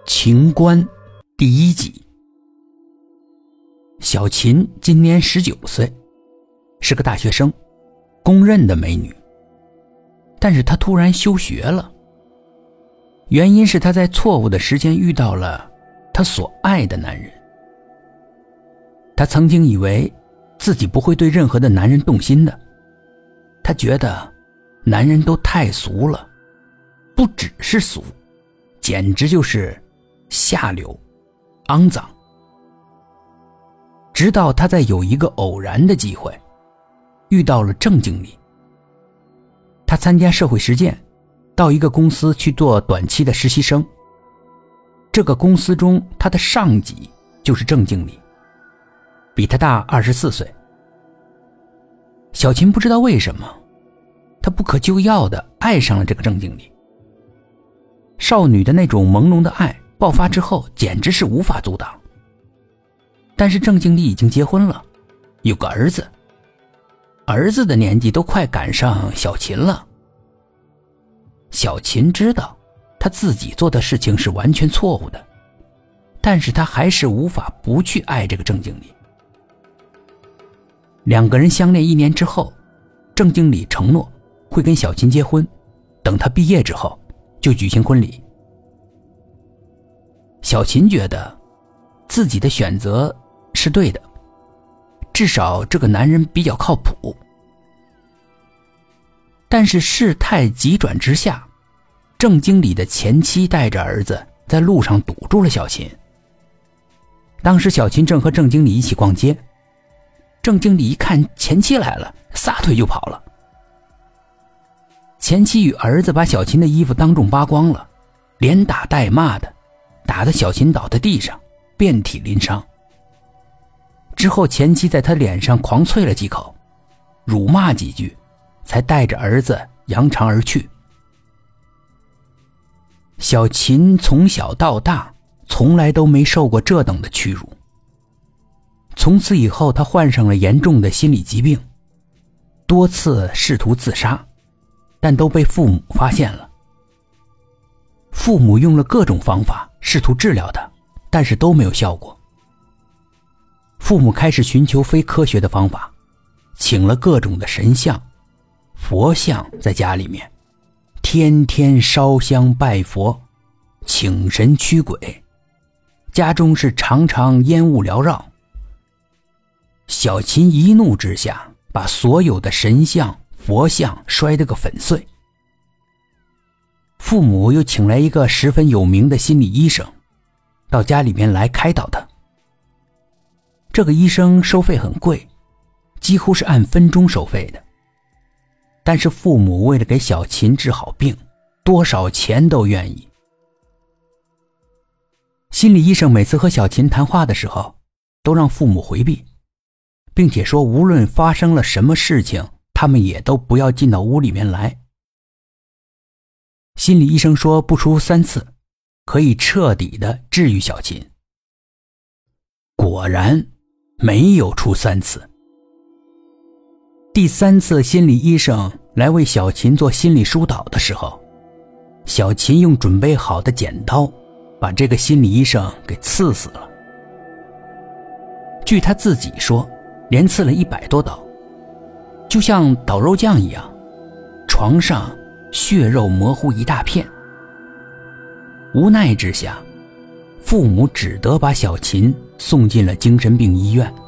情关第1集。小琴今年19岁，是个大学生，公认的美女。但是她突然休学了，原因是她在错误的时间遇到了她所爱的男人。她曾经以为自己不会对任何的男人动心的，她觉得男人都太俗了，不只是俗，简直就是下流、肮脏。直到他在有一个偶然的机会遇到了郑经理。他参加社会实践，到一个公司去做短期的实习生。这个公司中他的上级就是郑经理，比他大24岁。小琴不知道为什么，他不可救药地爱上了这个郑经理。少女的那种朦胧的爱爆发之后，简直是无法阻挡。但是郑经理已经结婚了，有个儿子，儿子的年纪都快赶上小琴了。小琴知道他自己做的事情是完全错误的，但是他还是无法不去爱这个郑经理。两个人相恋1年之后，郑经理承诺会跟小琴结婚，等他毕业之后就举行婚礼。小琴觉得自己的选择是对的，至少这个男人比较靠谱。但是事态急转直下，郑经理的前妻带着儿子在路上堵住了小琴。当时小琴正和郑经理一起逛街，郑经理一看前妻来了，撒腿就跑了。前妻与儿子把小琴的衣服当众扒光了，连打带骂的，打得小琴倒在地上，遍体鳞伤。之后前妻在他脸上狂啐了几口，辱骂几句，才带着儿子扬长而去。小琴从小到大从来都没受过这等的屈辱。从此以后，她患上了严重的心理疾病，多次试图自杀，但都被父母发现了。父母用了各种方法试图治疗她，但是都没有效果。父母开始寻求非科学的方法，请了各种的神像、佛像在家里面，天天烧香拜佛，请神驱鬼，家中是常常烟雾缭绕。小琴一怒之下，把所有的神像、佛像摔得个粉碎。父母又请来一个十分有名的心理医生，到家里面来开导他。这个医生收费很贵，几乎是按分钟收费的。但是父母为了给小琴治好病，多少钱都愿意。心理医生每次和小琴谈话的时候，都让父母回避，并且说无论发生了什么事情，他们也都不要进到屋里面来。心理医生说不出3次，可以彻底的治愈小琴。果然没有出3次。第3次心理医生来为小琴做心理疏导的时候，小琴用准备好的剪刀把这个心理医生给刺死了。据他自己说，连刺了100多刀，就像倒肉酱一样，床上血肉模糊一大片。无奈之下，父母只得把小琴送进了精神病医院。